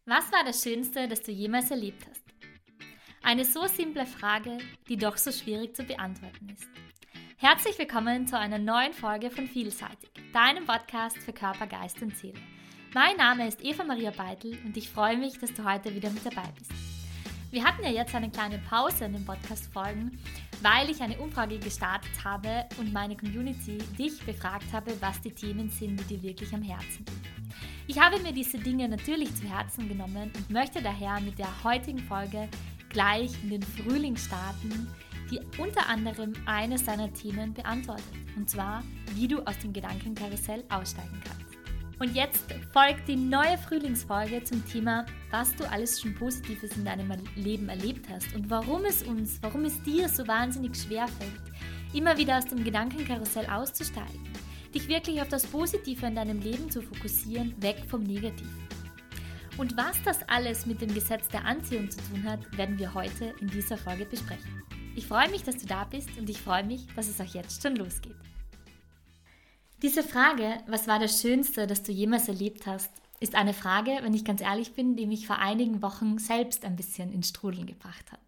Was war das Schönste, das du jemals erlebt hast? Eine so simple Frage, die doch so schwierig zu beantworten ist. Herzlich willkommen zu einer neuen Folge von Vielseitig, deinem Podcast für Körper, Geist und Seele. Mein Name ist Eva Maria Beitel und ich freue mich, dass du heute wieder mit dabei bist. Wir hatten ja jetzt eine kleine Pause in den Podcast-Folgen, weil ich eine Umfrage gestartet habe und meine Community dich befragt habe, was die Themen sind, die dir wirklich am Herzen liegen. Ich habe mir diese Dinge natürlich zu Herzen genommen und möchte daher mit der heutigen Folge gleich in den Frühling starten, die unter anderem eines deiner Themen beantwortet. Und zwar, wie du aus dem Gedankenkarussell aussteigen kannst. Und jetzt folgt die neue Frühlingsfolge zum Thema, was du alles schon Positives in deinem Leben erlebt hast und warum es dir so wahnsinnig schwerfällt, immer wieder aus dem Gedankenkarussell auszusteigen, dich wirklich auf das Positive in deinem Leben zu fokussieren, weg vom Negativen. Und was das alles mit dem Gesetz der Anziehung zu tun hat, werden wir heute in dieser Folge besprechen. Ich freue mich, dass du da bist und ich freue mich, dass es auch jetzt schon losgeht. Diese Frage, was war das Schönste, das du jemals erlebt hast, ist eine Frage, wenn ich ganz ehrlich bin, die mich vor einigen Wochen selbst ein bisschen ins Strudeln gebracht hat.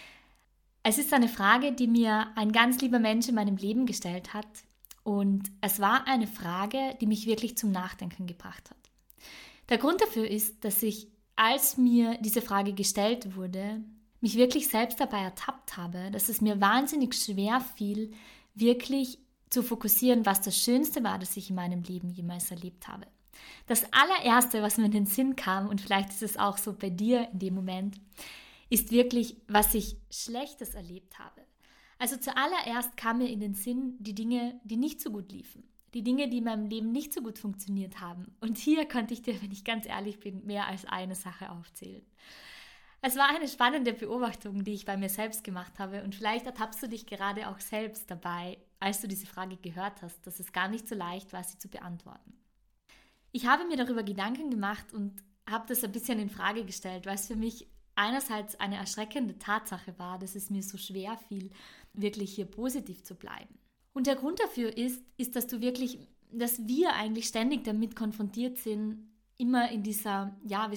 Es ist eine Frage, die mir ein ganz lieber Mensch in meinem Leben gestellt hat und es war eine Frage, die mich wirklich zum Nachdenken gebracht hat. Der Grund dafür ist, dass ich, als mir diese Frage gestellt wurde, mich wirklich selbst dabei ertappt habe, dass es mir wahnsinnig schwer fiel, wirklich zu fokussieren, was das Schönste war, das ich in meinem Leben jemals erlebt habe. Das allererste, was mir in den Sinn kam, und vielleicht ist es auch so bei dir in dem Moment, ist wirklich, was ich Schlechtes erlebt habe. Also zuallererst kam mir in den Sinn die Dinge, die nicht so gut liefen. Die Dinge, die in meinem Leben nicht so gut funktioniert haben. Und hier konnte ich dir, wenn ich ganz ehrlich bin, mehr als eine Sache aufzählen. Es war eine spannende Beobachtung, die ich bei mir selbst gemacht habe und vielleicht ertappst du dich gerade auch selbst dabei, als du diese Frage gehört hast, dass es gar nicht so leicht war, sie zu beantworten. Ich habe mir darüber Gedanken gemacht und habe das ein bisschen in Frage gestellt, weil es für mich einerseits eine erschreckende Tatsache war, dass es mir so schwer fiel, wirklich hier positiv zu bleiben. Und der Grund dafür ist, dass wir eigentlich ständig damit konfrontiert sind, immer in dieser,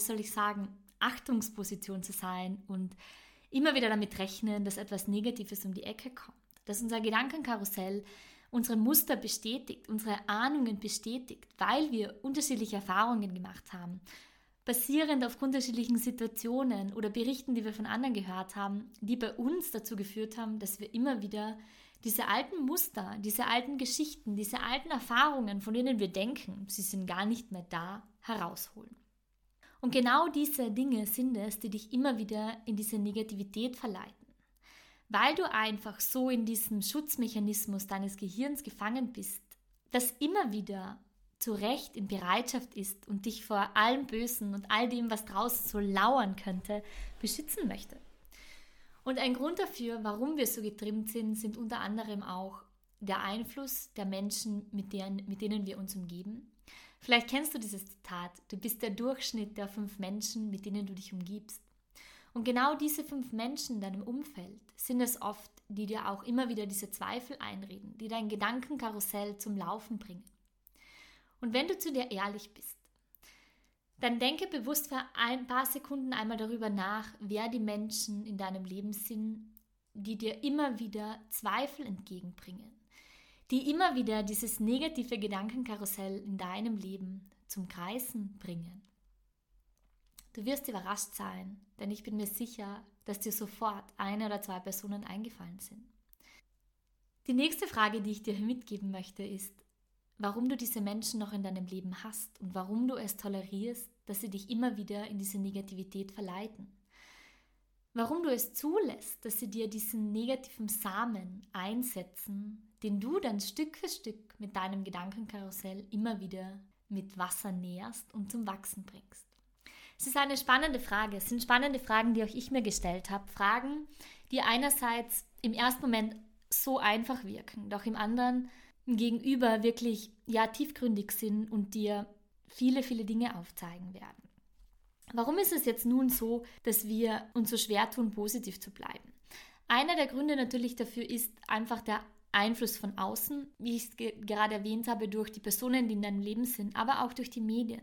Achtungsposition zu sein und immer wieder damit rechnen, dass etwas Negatives um die Ecke kommt. Dass unser Gedankenkarussell unsere Muster bestätigt, unsere Ahnungen bestätigt, weil wir unterschiedliche Erfahrungen gemacht haben, basierend auf unterschiedlichen Situationen oder Berichten, die wir von anderen gehört haben, die bei uns dazu geführt haben, dass wir immer wieder diese alten Muster, diese alten Geschichten, diese alten Erfahrungen, von denen wir denken, sie sind gar nicht mehr da, herausholen. Und genau diese Dinge sind es, die dich immer wieder in diese Negativität verleiten. Weil du einfach so in diesem Schutzmechanismus deines Gehirns gefangen bist, das immer wieder zu Recht in Bereitschaft ist und dich vor allem Bösen und all dem, was draußen so lauern könnte, beschützen möchte. Und ein Grund dafür, warum wir so getrimmt sind unter anderem auch der Einfluss der Menschen, mit denen wir uns umgeben. Vielleicht kennst du dieses Zitat, du bist der Durchschnitt der 5 Menschen, mit denen du dich umgibst. Und genau diese 5 Menschen in deinem Umfeld sind es oft, die dir auch immer wieder diese Zweifel einreden, die dein Gedankenkarussell zum Laufen bringen. Und wenn du zu dir ehrlich bist, dann denke bewusst für ein paar Sekunden einmal darüber nach, wer die Menschen in deinem Leben sind, die dir immer wieder Zweifel entgegenbringen, die immer wieder dieses negative Gedankenkarussell in deinem Leben zum Kreisen bringen. Du wirst überrascht sein, denn ich bin mir sicher, dass dir sofort 1 oder 2 Personen eingefallen sind. Die nächste Frage, die ich dir mitgeben möchte, ist, warum du diese Menschen noch in deinem Leben hast und warum du es tolerierst, dass sie dich immer wieder in diese Negativität verleiten. Warum du es zulässt, dass sie dir diesen negativen Samen einsetzen, den du dann Stück für Stück mit deinem Gedankenkarussell immer wieder mit Wasser nährst und zum Wachsen bringst. Es ist eine spannende Frage. Es sind spannende Fragen, die auch ich mir gestellt habe. Fragen, die einerseits im ersten Moment so einfach wirken, doch im anderen Gegenüber wirklich tiefgründig sind und dir viele, viele Dinge aufzeigen werden. Warum ist es jetzt nun so, dass wir uns so schwer tun, positiv zu bleiben? Einer der Gründe natürlich dafür ist einfach der Einfluss von außen, wie ich es gerade erwähnt habe, durch die Personen, die in deinem Leben sind, aber auch durch die Medien.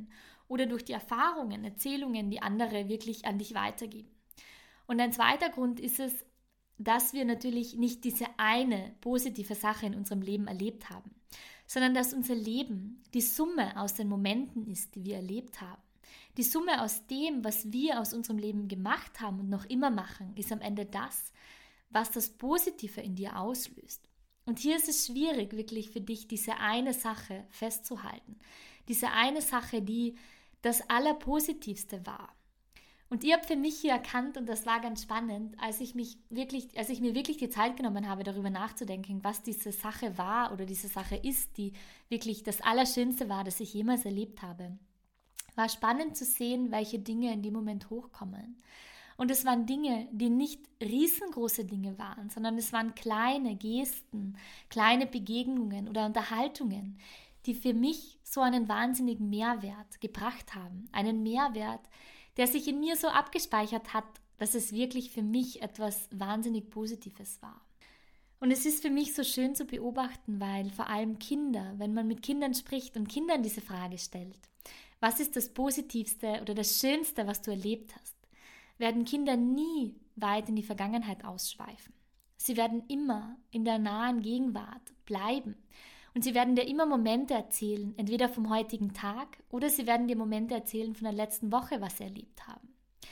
oder durch die Erfahrungen, Erzählungen, die andere wirklich an dich weitergeben. Und ein zweiter Grund ist es, dass wir natürlich nicht diese eine positive Sache in unserem Leben erlebt haben, sondern dass unser Leben die Summe aus den Momenten ist, die wir erlebt haben. Die Summe aus dem, was wir aus unserem Leben gemacht haben und noch immer machen, ist am Ende das, was das Positive in dir auslöst. Und hier ist es schwierig, wirklich für dich diese eine Sache festzuhalten. Diese eine Sache, die das Allerpositivste war. Und ich habe für mich hier erkannt, und das war ganz spannend, als ich mir wirklich die Zeit genommen habe, darüber nachzudenken, was diese Sache war oder diese Sache ist, die wirklich das Allerschönste war, das ich jemals erlebt habe. War spannend zu sehen, welche Dinge in dem Moment hochkommen. Und es waren Dinge, die nicht riesengroße Dinge waren, sondern es waren kleine Gesten, kleine Begegnungen oder Unterhaltungen, die für mich so einen wahnsinnigen Mehrwert gebracht haben. Einen Mehrwert, der sich in mir so abgespeichert hat, dass es wirklich für mich etwas wahnsinnig Positives war. Und es ist für mich so schön zu beobachten, weil vor allem Kinder, wenn man mit Kindern spricht und Kindern diese Frage stellt, was ist das Positivste oder das Schönste, was du erlebt hast, werden Kinder nie weit in die Vergangenheit ausschweifen. Sie werden immer in der nahen Gegenwart bleiben. Und sie werden dir immer Momente erzählen, entweder vom heutigen Tag oder sie werden dir Momente erzählen von der letzten Woche, was sie erlebt haben.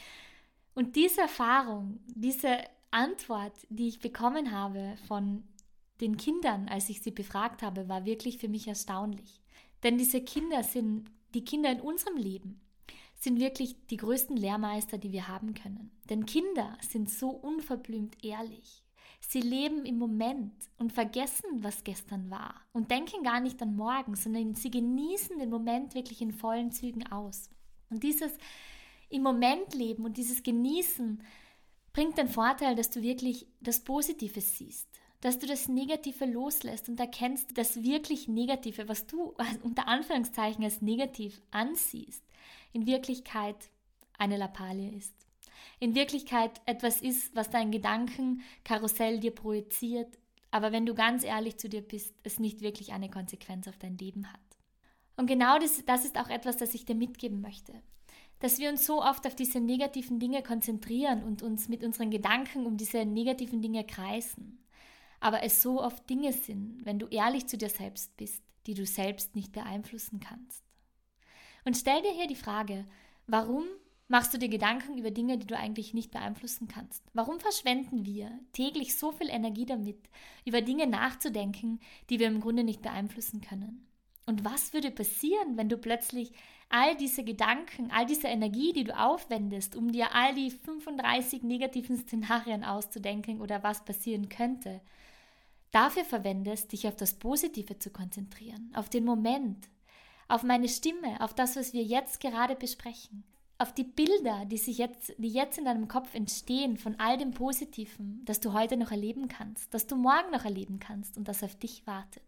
Und diese Erfahrung, diese Antwort, die ich bekommen habe von den Kindern, als ich sie befragt habe, war wirklich für mich erstaunlich. Denn diese Kinder die Kinder in unserem Leben sind wirklich die größten Lehrmeister, die wir haben können. Denn Kinder sind so unverblümt ehrlich. Sie leben im Moment und vergessen, was gestern war und denken gar nicht an morgen, sondern sie genießen den Moment wirklich in vollen Zügen aus. Und dieses im Moment leben und dieses Genießen bringt den Vorteil, dass du wirklich das Positive siehst, dass du das Negative loslässt und erkennst, das wirklich Negative, was du unter Anführungszeichen als negativ ansiehst, in Wirklichkeit eine Lappalie ist. In Wirklichkeit etwas ist, was dein Gedankenkarussell dir projiziert, aber wenn du ganz ehrlich zu dir bist, es nicht wirklich eine Konsequenz auf dein Leben hat. Und genau das ist auch etwas, das ich dir mitgeben möchte. Dass wir uns so oft auf diese negativen Dinge konzentrieren und uns mit unseren Gedanken um diese negativen Dinge kreisen. Aber es so oft Dinge sind, wenn du ehrlich zu dir selbst bist, die du selbst nicht beeinflussen kannst. Und stell dir hier die Frage, warum machst du dir Gedanken über Dinge, die du eigentlich nicht beeinflussen kannst? Warum verschwenden wir täglich so viel Energie damit, über Dinge nachzudenken, die wir im Grunde nicht beeinflussen können? Und was würde passieren, wenn du plötzlich all diese Gedanken, all diese Energie, die du aufwendest, um dir all die 35 negativen Szenarien auszudenken oder was passieren könnte, dafür verwendest, dich auf das Positive zu konzentrieren, auf den Moment, auf meine Stimme, auf das, was wir jetzt gerade besprechen, auf die Bilder, die jetzt in deinem Kopf entstehen von all dem Positiven, das du heute noch erleben kannst, das du morgen noch erleben kannst und das auf dich wartet.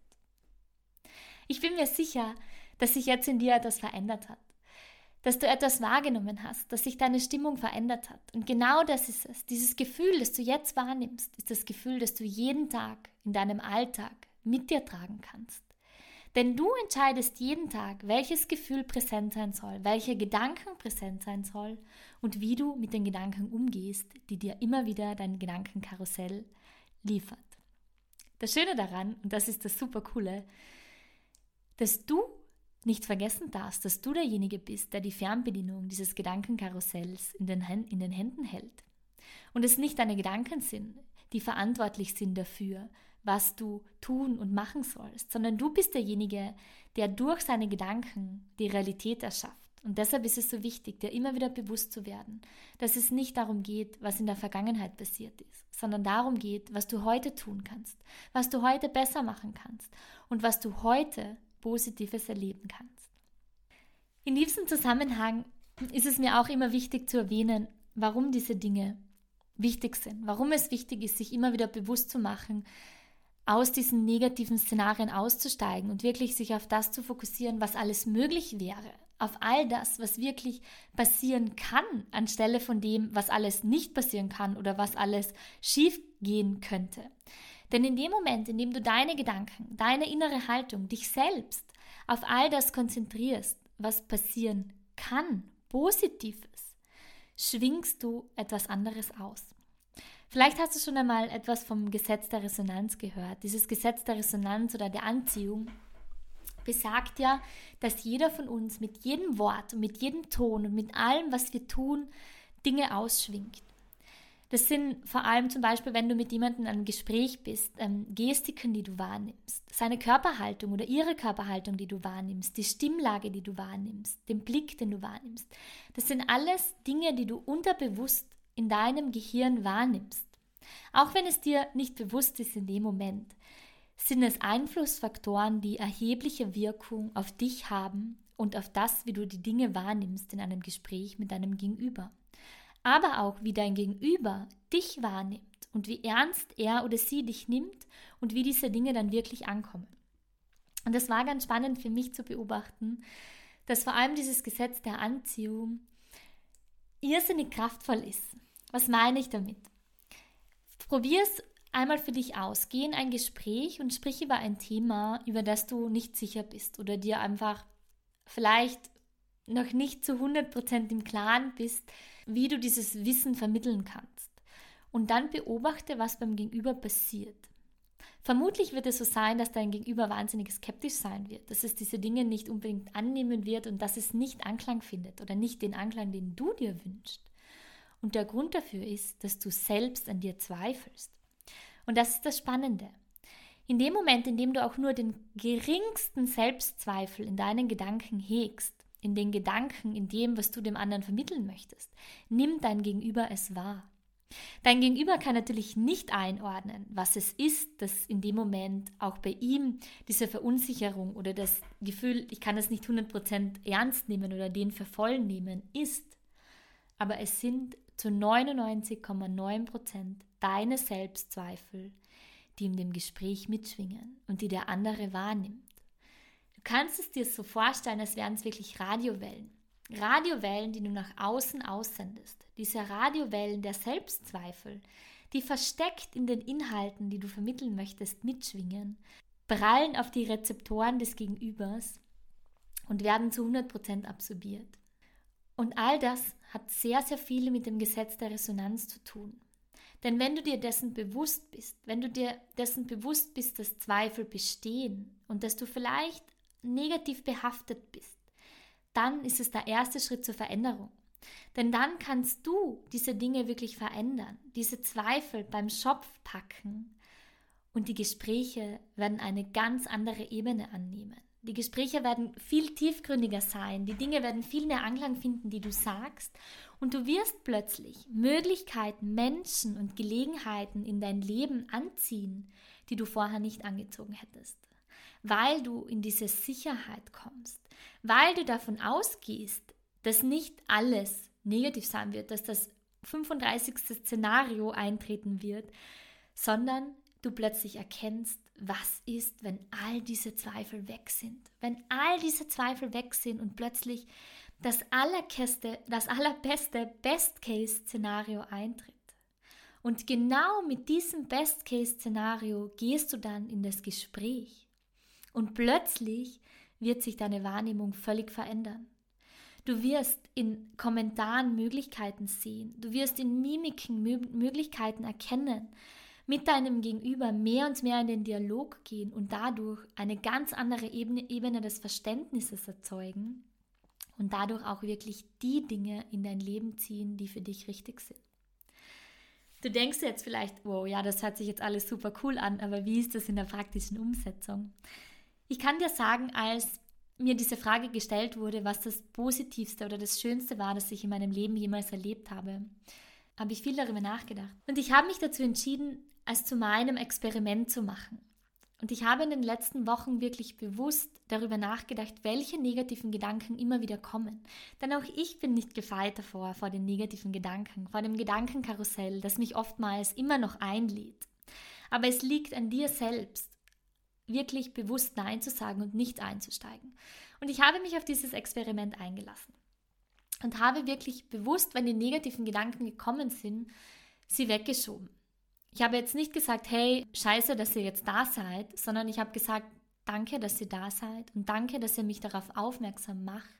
Ich bin mir sicher, dass sich jetzt in dir etwas verändert hat, dass du etwas wahrgenommen hast, dass sich deine Stimmung verändert hat. Und genau das ist es. Dieses Gefühl, das du jetzt wahrnimmst, ist das Gefühl, das du jeden Tag in deinem Alltag mit dir tragen kannst. Denn du entscheidest jeden Tag, welches Gefühl präsent sein soll, welche Gedanken präsent sein soll und wie du mit den Gedanken umgehst, die dir immer wieder dein Gedankenkarussell liefert. Das Schöne daran, und das ist das Supercoole, dass du nicht vergessen darfst, dass du derjenige bist, der die Fernbedienung dieses Gedankenkarussells in den Händen hält. Und es nicht deine Gedanken sind, die verantwortlich sind dafür, was du tun und machen sollst, sondern du bist derjenige, der durch seine Gedanken die Realität erschafft. Und deshalb ist es so wichtig, dir immer wieder bewusst zu werden, dass es nicht darum geht, was in der Vergangenheit passiert ist, sondern darum geht, was du heute tun kannst, was du heute besser machen kannst und was du heute Positives erleben kannst. In diesem Zusammenhang ist es mir auch immer wichtig zu erwähnen, warum diese Dinge wichtig sind, warum es wichtig ist, sich immer wieder bewusst zu machen, aus diesen negativen Szenarien auszusteigen und wirklich sich auf das zu fokussieren, was alles möglich wäre, auf all das, was wirklich passieren kann, anstelle von dem, was alles nicht passieren kann oder was alles schief gehen könnte. Denn in dem Moment, in dem du deine Gedanken, deine innere Haltung, dich selbst auf all das konzentrierst, was passieren kann, Positives, schwingst du etwas anderes aus. Vielleicht hast du schon einmal etwas vom Gesetz der Resonanz gehört. Dieses Gesetz der Resonanz oder der Anziehung besagt ja, dass jeder von uns mit jedem Wort und mit jedem Ton und mit allem, was wir tun, Dinge ausschwingt. Das sind vor allem zum Beispiel, wenn du mit jemandem in einem Gespräch bist, Gestiken, die du wahrnimmst, seine Körperhaltung oder ihre Körperhaltung, die du wahrnimmst, die Stimmlage, die du wahrnimmst, den Blick, den du wahrnimmst. Das sind alles Dinge, die du unterbewusst in deinem Gehirn wahrnimmst. Auch wenn es dir nicht bewusst ist in dem Moment, sind es Einflussfaktoren, die erhebliche Wirkung auf dich haben und auf das, wie du die Dinge wahrnimmst in einem Gespräch mit deinem Gegenüber. Aber auch, wie dein Gegenüber dich wahrnimmt und wie ernst er oder sie dich nimmt und wie diese Dinge dann wirklich ankommen. Und das war ganz spannend für mich zu beobachten, dass vor allem dieses Gesetz der Anziehung irrsinnig kraftvoll ist. Was meine ich damit? Probier es einmal für dich aus. Geh in ein Gespräch und sprich über ein Thema, über das du nicht sicher bist oder dir einfach vielleicht noch nicht zu 100% im Klaren bist, wie du dieses Wissen vermitteln kannst. Und dann beobachte, was beim Gegenüber passiert. Vermutlich wird es so sein, dass dein Gegenüber wahnsinnig skeptisch sein wird, dass es diese Dinge nicht unbedingt annehmen wird und dass es nicht Anklang findet oder nicht den Anklang, den du dir wünschst. Und der Grund dafür ist, dass du selbst an dir zweifelst. Und das ist das Spannende. In dem Moment, in dem du auch nur den geringsten Selbstzweifel in deinen Gedanken hegst, in den Gedanken, in dem, was du dem anderen vermitteln möchtest, nimmt dein Gegenüber es wahr. Dein Gegenüber kann natürlich nicht einordnen, was es ist, dass in dem Moment auch bei ihm diese Verunsicherung oder das Gefühl, ich kann das nicht 100% ernst nehmen oder den für voll nehmen, ist. Aber es sind zu 99,9% deine Selbstzweifel, die in dem Gespräch mitschwingen und die der andere wahrnimmt. Du kannst es dir so vorstellen, als wären es wirklich Radiowellen. Radiowellen, die du nach außen aussendest. Diese Radiowellen der Selbstzweifel, die versteckt in den Inhalten, die du vermitteln möchtest, mitschwingen, prallen auf die Rezeptoren des Gegenübers und werden zu 100% absorbiert. Und all das hat sehr, sehr viel mit dem Gesetz der Resonanz zu tun. Denn wenn du dir dessen bewusst bist, dass Zweifel bestehen und dass du vielleicht negativ behaftet bist, dann ist es der erste Schritt zur Veränderung. Denn dann kannst du diese Dinge wirklich verändern, diese Zweifel beim Schopf packen und die Gespräche werden eine ganz andere Ebene annehmen. Die Gespräche werden viel tiefgründiger sein, die Dinge werden viel mehr Anklang finden, die du sagst und du wirst plötzlich Möglichkeiten, Menschen und Gelegenheiten in dein Leben anziehen, die du vorher nicht angezogen hättest. Weil du in diese Sicherheit kommst, weil du davon ausgehst, dass nicht alles negativ sein wird, dass das 35. Szenario eintreten wird, sondern du plötzlich erkennst, was ist, wenn all diese Zweifel weg sind. Wenn all diese Zweifel weg sind und plötzlich das allerbeste Best-Case-Szenario eintritt. Und genau mit diesem Best-Case-Szenario gehst du dann in das Gespräch. Und plötzlich wird sich deine Wahrnehmung völlig verändern. Du wirst in Kommentaren Möglichkeiten sehen. Du wirst in Mimiken Möglichkeiten erkennen, mit deinem Gegenüber mehr und mehr in den Dialog gehen und dadurch eine ganz andere Ebene des Verständnisses erzeugen und dadurch auch wirklich die Dinge in dein Leben ziehen, die für dich richtig sind. Du denkst jetzt vielleicht, wow, ja, das hört sich jetzt alles super cool an, aber wie ist das in der praktischen Umsetzung? Ich kann dir sagen, als mir diese Frage gestellt wurde, was das Positivste oder das Schönste war, das ich in meinem Leben jemals erlebt habe, habe ich viel darüber nachgedacht. Und ich habe mich dazu entschieden, es zu meinem Experiment zu machen. Und ich habe in den letzten Wochen wirklich bewusst darüber nachgedacht, welche negativen Gedanken immer wieder kommen. Denn auch ich bin nicht gefeit davor, vor den negativen Gedanken, vor dem Gedankenkarussell, das mich oftmals immer noch einlädt. Aber es liegt an dir selbst, wirklich bewusst Nein zu sagen und nicht einzusteigen. Und ich habe mich auf dieses Experiment eingelassen und habe wirklich bewusst, wenn die negativen Gedanken gekommen sind, sie weggeschoben. Ich habe jetzt nicht gesagt, hey, scheiße, dass ihr jetzt da seid, sondern ich habe gesagt, danke, dass ihr da seid und danke, dass ihr mich darauf aufmerksam macht,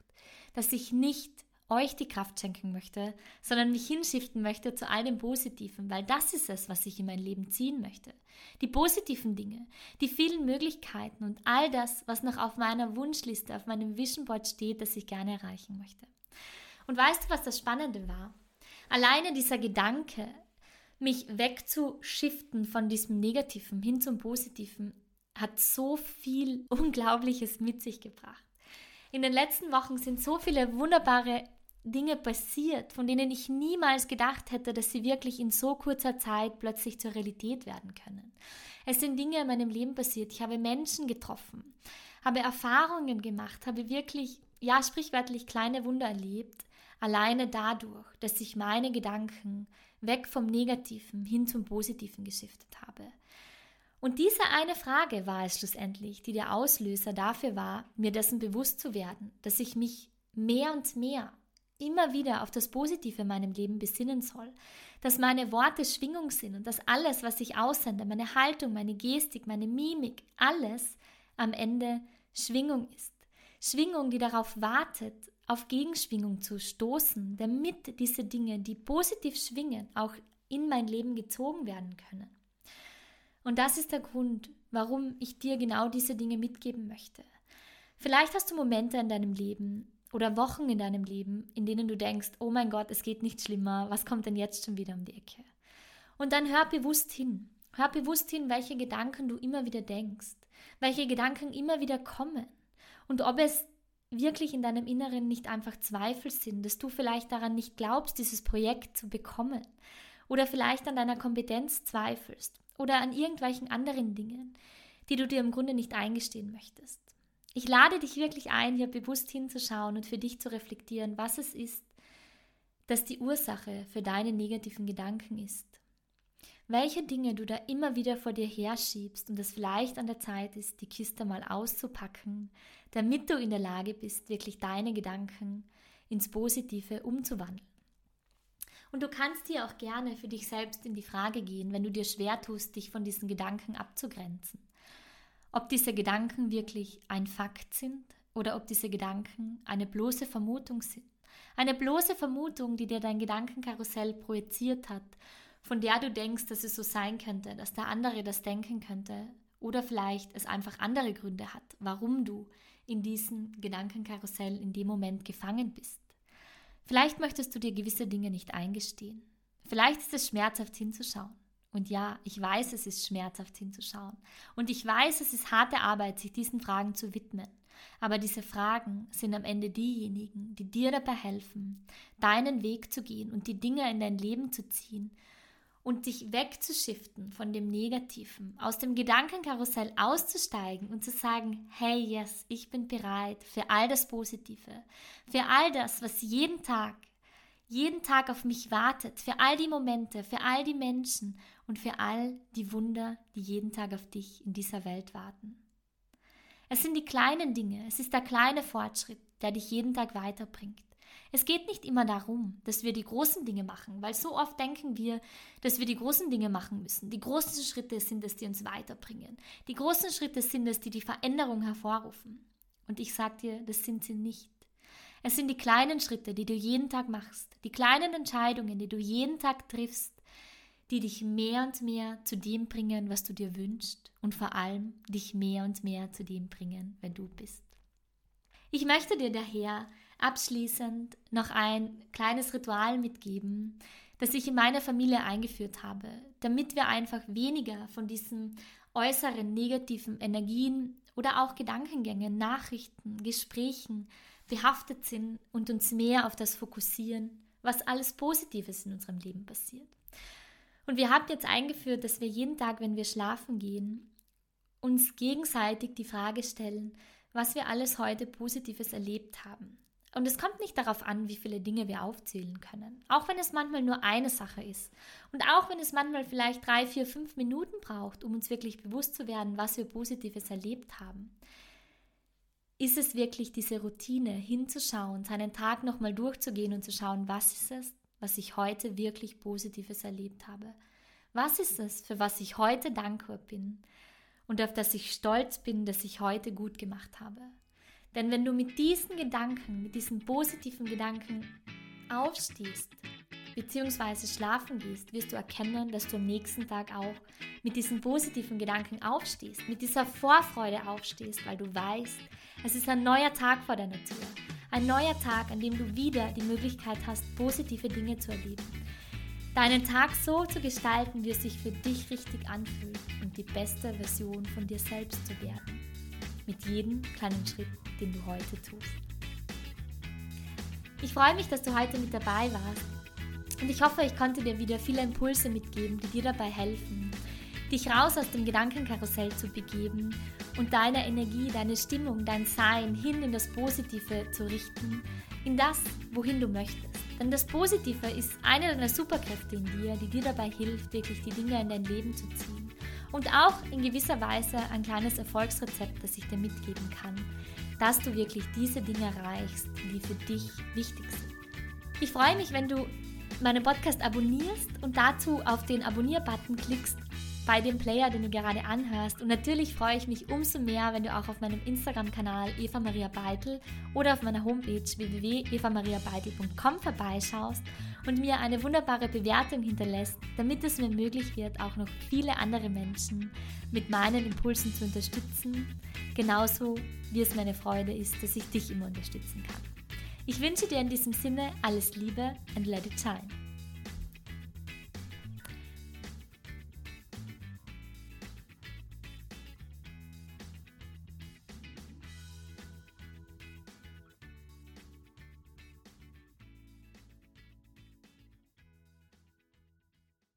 dass ich nicht euch die Kraft schenken möchte, sondern mich hinschiften möchte zu all dem Positiven, weil das ist es, was ich in mein Leben ziehen möchte. Die positiven Dinge, die vielen Möglichkeiten und all das, was noch auf meiner Wunschliste, auf meinem Vision Board steht, das ich gerne erreichen möchte. Und weißt du, was das Spannende war? Alleine dieser Gedanke, mich wegzuschiften von diesem Negativen hin zum Positiven, hat so viel Unglaubliches mit sich gebracht. In den letzten Wochen sind so viele wunderbare Dinge passiert, von denen ich niemals gedacht hätte, dass sie wirklich in so kurzer Zeit plötzlich zur Realität werden können. Es sind Dinge in meinem Leben passiert. Ich habe Menschen getroffen, habe Erfahrungen gemacht, habe wirklich, sprichwörtlich kleine Wunder erlebt, alleine dadurch, dass ich meine Gedanken weg vom Negativen hin zum Positiven geschiftet habe. Und diese eine Frage war es schlussendlich, die der Auslöser dafür war, mir dessen bewusst zu werden, dass ich mich mehr und mehr immer wieder auf das Positive in meinem Leben besinnen soll, dass meine Worte Schwingung sind und dass alles, was ich aussende, meine Haltung, meine Gestik, meine Mimik, alles am Ende Schwingung ist. Schwingung, die darauf wartet, auf Gegenschwingung zu stoßen, damit diese Dinge, die positiv schwingen, auch in mein Leben gezogen werden können. Und das ist der Grund, warum ich dir genau diese Dinge mitgeben möchte. Vielleicht hast du Momente in deinem Leben oder Wochen in deinem Leben, in denen du denkst, oh mein Gott, es geht nicht schlimmer, was kommt denn jetzt schon wieder um die Ecke? Und dann hör bewusst hin. Hör bewusst hin, welche Gedanken du immer wieder denkst, welche Gedanken immer wieder kommen und ob es wirklich in deinem Inneren nicht einfach Zweifel sind, dass du vielleicht daran nicht glaubst, dieses Projekt zu bekommen oder vielleicht an deiner Kompetenz zweifelst oder an irgendwelchen anderen Dingen, die du dir im Grunde nicht eingestehen möchtest. Ich lade dich wirklich ein, hier bewusst hinzuschauen und für dich zu reflektieren, was es ist, das die Ursache für deine negativen Gedanken ist. Welche Dinge du da immer wieder vor dir herschiebst und es vielleicht an der Zeit ist, die Kiste mal auszupacken, damit du in der Lage bist, wirklich deine Gedanken ins Positive umzuwandeln. Und du kannst hier auch gerne für dich selbst in die Frage gehen, wenn du dir schwer tust, dich von diesen Gedanken abzugrenzen. Ob diese Gedanken wirklich ein Fakt sind oder ob diese Gedanken eine bloße Vermutung sind. Eine bloße Vermutung, die dir dein Gedankenkarussell projiziert hat, von der du denkst, dass es so sein könnte, dass der andere das denken könnte oder vielleicht es einfach andere Gründe hat, warum du in diesem Gedankenkarussell in dem Moment gefangen bist. Vielleicht möchtest du dir gewisse Dinge nicht eingestehen. Vielleicht ist es schmerzhaft hinzuschauen. Und ja, ich weiß, es ist schmerzhaft hinzuschauen. Und ich weiß, es ist harte Arbeit, sich diesen Fragen zu widmen. Aber diese Fragen sind am Ende diejenigen, die dir dabei helfen, deinen Weg zu gehen und die Dinge in dein Leben zu ziehen und dich wegzuschiften von dem Negativen, aus dem Gedankenkarussell auszusteigen und zu sagen, hey, yes, ich bin bereit für all das Positive, für all das, was jeden Tag auf mich wartet, für all die Momente, für all die Menschen und für all die Wunder, die jeden Tag auf dich in dieser Welt warten. Es sind die kleinen Dinge, es ist der kleine Fortschritt, der dich jeden Tag weiterbringt. Es geht nicht immer darum, dass wir die großen Dinge machen, weil so oft denken wir, dass wir die großen Dinge machen müssen. Die großen Schritte sind es, die uns weiterbringen. Die großen Schritte sind es, die die Veränderung hervorrufen. Und ich sage dir, das sind sie nicht. Es sind die kleinen Schritte, die du jeden Tag machst, die kleinen Entscheidungen, die du jeden Tag triffst, die dich mehr und mehr zu dem bringen, was du dir wünschst und vor allem dich mehr und mehr zu dem bringen, wer du bist. Ich möchte dir daher abschließend noch ein kleines Ritual mitgeben, das ich in meiner Familie eingeführt habe, damit wir einfach weniger von diesen äußeren negativen Energien oder auch Gedankengängen, Nachrichten, Gesprächen behaftet sind und uns mehr auf das fokussieren, was alles Positives in unserem Leben passiert. Und wir haben jetzt eingeführt, dass wir jeden Tag, wenn wir schlafen gehen, uns gegenseitig die Frage stellen, was wir alles heute Positives erlebt haben. Und es kommt nicht darauf an, wie viele Dinge wir aufzählen können. Auch wenn es manchmal nur eine Sache ist. Und auch wenn es manchmal vielleicht 3, 4, 5 Minuten braucht, um uns wirklich bewusst zu werden, was wir Positives erlebt haben. Ist es wirklich diese Routine, hinzuschauen, seinen Tag nochmal durchzugehen und zu schauen, was ist es, was ich heute wirklich Positives erlebt habe? Was ist es, für was ich heute dankbar bin und auf das ich stolz bin, dass ich heute gut gemacht habe? Denn wenn du mit diesen Gedanken, mit diesen positiven Gedanken aufstehst, beziehungsweise schlafen gehst, wirst du erkennen, dass du am nächsten Tag auch mit diesen positiven Gedanken aufstehst, mit dieser Vorfreude aufstehst, weil du weißt, es ist ein neuer Tag vor deiner Tür. Ein neuer Tag, an dem du wieder die Möglichkeit hast, positive Dinge zu erleben. Deinen Tag so zu gestalten, wie es sich für dich richtig anfühlt und die beste Version von dir selbst zu werden. Mit jedem kleinen Schritt, den du heute tust. Ich freue mich, dass du heute mit dabei warst und ich hoffe, ich konnte dir wieder viele Impulse mitgeben, die dir dabei helfen, dich raus aus dem Gedankenkarussell zu begeben und deine Energie, deine Stimmung, dein Sein hin in das Positive zu richten, in das, wohin du möchtest. Denn das Positive ist eine deiner Superkräfte in dir, die dir dabei hilft, wirklich die Dinge in dein Leben zu ziehen. Und auch in gewisser Weise ein kleines Erfolgsrezept, das ich dir mitgeben kann, dass du wirklich diese Dinge erreichst, die für dich wichtig sind. Ich freue mich, wenn du meinen Podcast abonnierst und dazu auf den Abonnier-Button klickst bei dem Player, den du gerade anhörst. Und natürlich freue ich mich umso mehr, wenn du auch auf meinem Instagram-Kanal Eva Maria Beitel oder auf meiner Homepage www.evamariabeitel.com vorbeischaust und mir eine wunderbare Bewertung hinterlässt, damit es mir möglich wird, auch noch viele andere Menschen mit meinen Impulsen zu unterstützen, genauso wie es meine Freude ist, dass ich dich immer unterstützen kann. Ich wünsche dir in diesem Sinne alles Liebe and let it shine.